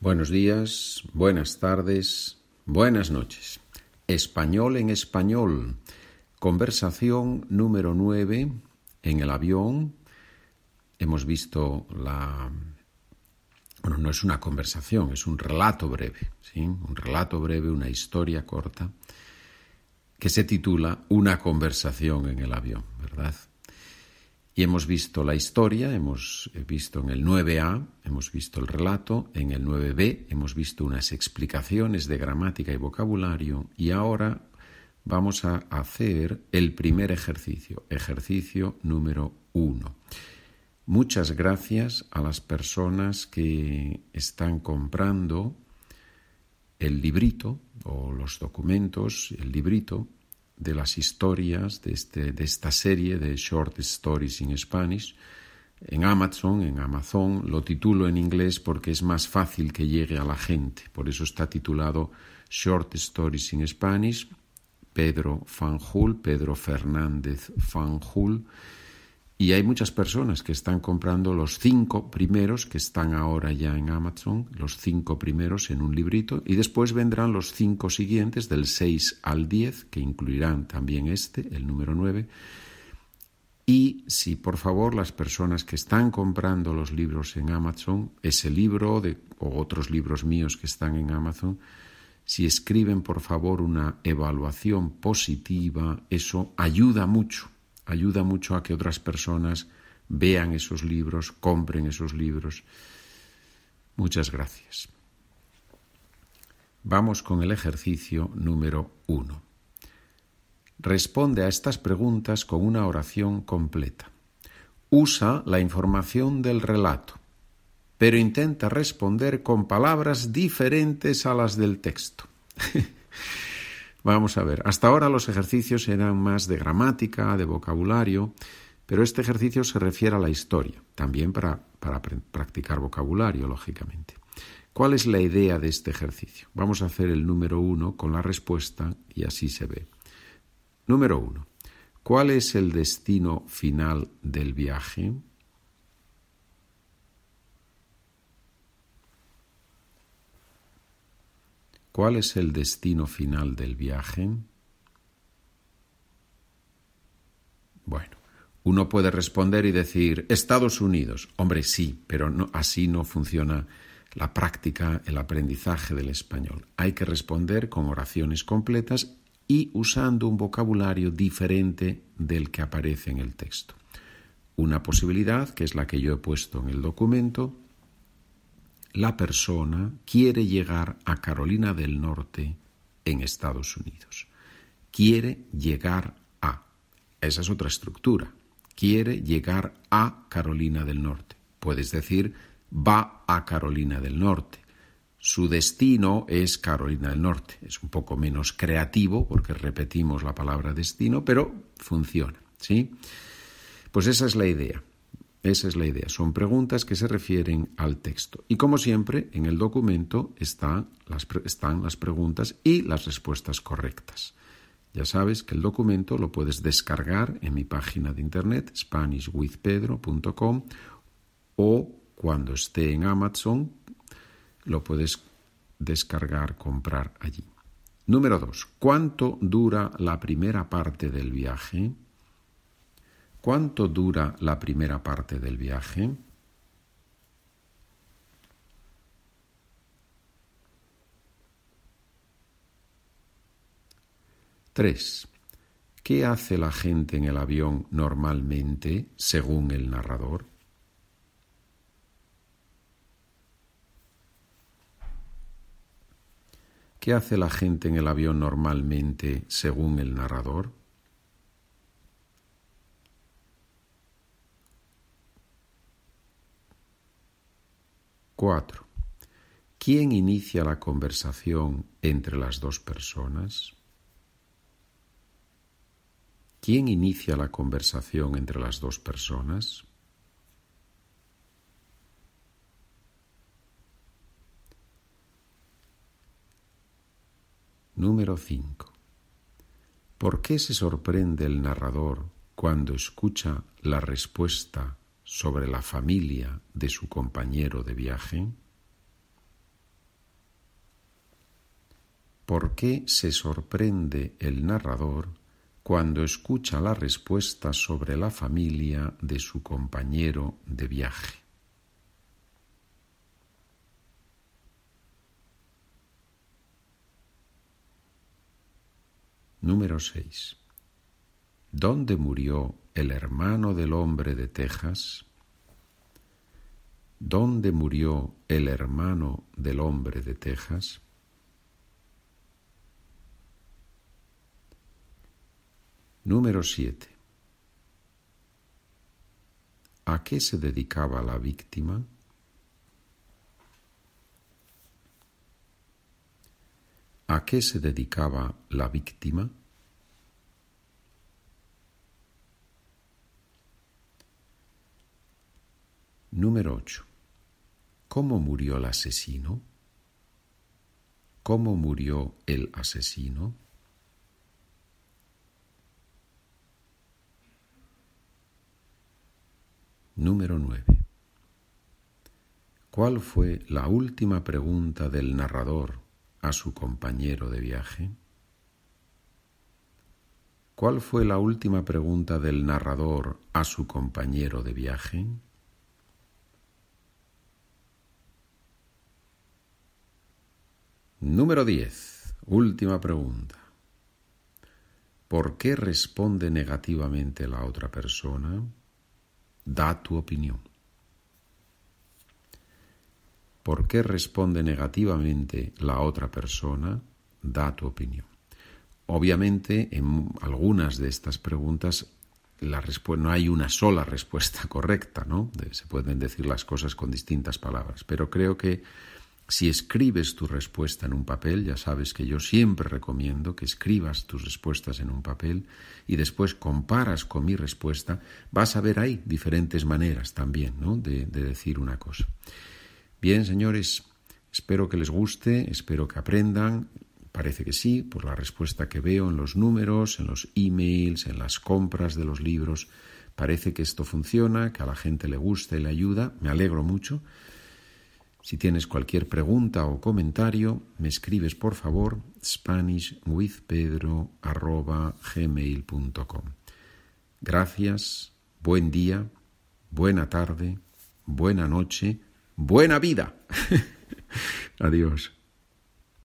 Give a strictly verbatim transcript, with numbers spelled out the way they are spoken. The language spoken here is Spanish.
Buenos días, buenas tardes, buenas noches. Español en español. Conversación número nueve en el avión. Hemos visto la... Bueno, no es una conversación, es un relato breve, ¿sí? Un relato breve, una historia corta, que se titula Una conversación en el avión, ¿verdad? Y hemos visto la historia, hemos visto en el nueve A, hemos visto el relato, en el nueve B hemos visto unas explicaciones de gramática y vocabulario, y ahora vamos a hacer el primer ejercicio, ejercicio número uno. Muchas gracias a las personas que están comprando el librito o los documentos, el librito de las historias de, este, de esta serie de Short Stories in Spanish en Amazon, en Amazon. Lo titulo en inglés porque es más fácil que llegue a la gente. Por eso está titulado Short Stories in Spanish, Pedro Fanjul, Pedro Fernández Fanjul. Y hay muchas personas que están comprando los cinco primeros que están ahora ya en Amazon, los cinco primeros en un librito, y después vendrán los cinco siguientes del seis al diez, que incluirán también este, el número nueve. Y si por favor las personas que están comprando los libros en Amazon, ese libro de, o otros libros míos que están en Amazon, si escriben por favor una evaluación positiva, eso ayuda mucho. Ayuda mucho a que otras personas vean esos libros, compren esos libros. Muchas gracias. Vamos con el ejercicio número uno. Responde a estas preguntas con una oración completa. Usa la información del relato, pero intenta responder con palabras diferentes a las del texto. Vamos a ver, hasta ahora los ejercicios eran más de gramática, de vocabulario, pero este ejercicio se refiere a la historia, también para, para practicar vocabulario, lógicamente. ¿Cuál es la idea de este ejercicio? Vamos a hacer el número uno con la respuesta y así se ve. Número uno. ¿Cuál es el destino final del viaje? ¿Cuál es el destino final del viaje? Bueno, uno puede responder y decir Estados Unidos. Hombre, sí, pero no, así no funciona la práctica, el aprendizaje del español. Hay que responder con oraciones completas y usando un vocabulario diferente del que aparece en el texto. Una posibilidad, que es la que yo he puesto en el documento: la persona quiere llegar a Carolina del Norte en Estados Unidos. Quiere llegar a. Esa es otra estructura. Quiere llegar a Carolina del Norte. Puedes decir va a Carolina del Norte. Su destino es Carolina del Norte. Es un poco menos creativo porque repetimos la palabra destino, pero funciona, ¿sí? Pues esa es la idea. Esa es la idea. Son preguntas que se refieren al texto. Y como siempre, en el documento están las, están las preguntas y las respuestas correctas. Ya sabes que el documento lo puedes descargar en mi página de internet, spanish with pedro punto com, o cuando esté en Amazon lo puedes descargar, comprar allí. Número dos. ¿Cuánto dura la primera parte del viaje? ¿Cuánto dura la primera parte del viaje? Tres. ¿Qué hace la gente en el avión normalmente, según el narrador? ¿Qué hace la gente en el avión normalmente, según el narrador? Cuatro. ¿Quién inicia la conversación entre las dos personas? ¿Quién inicia la conversación entre las dos personas? Número cinco. ¿Por qué se sorprende el narrador cuando escucha la respuesta sobre la familia de su compañero de viaje? ¿Por qué se sorprende el narrador cuando escucha la respuesta sobre la familia de su compañero de viaje? Número seis. ¿Dónde murió el hermano del hombre de Texas? ¿Dónde murió el hermano del hombre de Texas? Número siete. ¿A qué se dedicaba la víctima? ¿A qué se dedicaba la víctima? Número ocho. ¿Cómo murió el asesino? ¿Cómo murió el asesino? Número nueve. ¿Cuál fue la última pregunta del narrador a su compañero de viaje? ¿Cuál fue la última pregunta del narrador a su compañero de viaje? Número diez. Última pregunta. ¿Por qué responde negativamente la otra persona? Da tu opinión. ¿Por qué responde negativamente la otra persona? Da tu opinión. Obviamente, en algunas de estas preguntas la respu- no hay una sola respuesta correcta, ¿no? Se pueden decir las cosas con distintas palabras, pero creo que si escribes tu respuesta en un papel, ya sabes que yo siempre recomiendo que escribas tus respuestas en un papel y después comparas con mi respuesta, vas a ver ahí diferentes maneras también, ¿no? de, de decir una cosa. Bien, señores, espero que les guste, espero que aprendan. Parece que sí, por la respuesta que veo en los números, en los emails, en las compras de los libros. Parece que esto funciona, que a la gente le gusta y le ayuda. Me alegro mucho. Si tienes cualquier pregunta o comentario, me escribes por favor spanish with pedro arroba gmail punto com. Gracias, buen día, buena tarde, buena noche, buena vida. Adiós.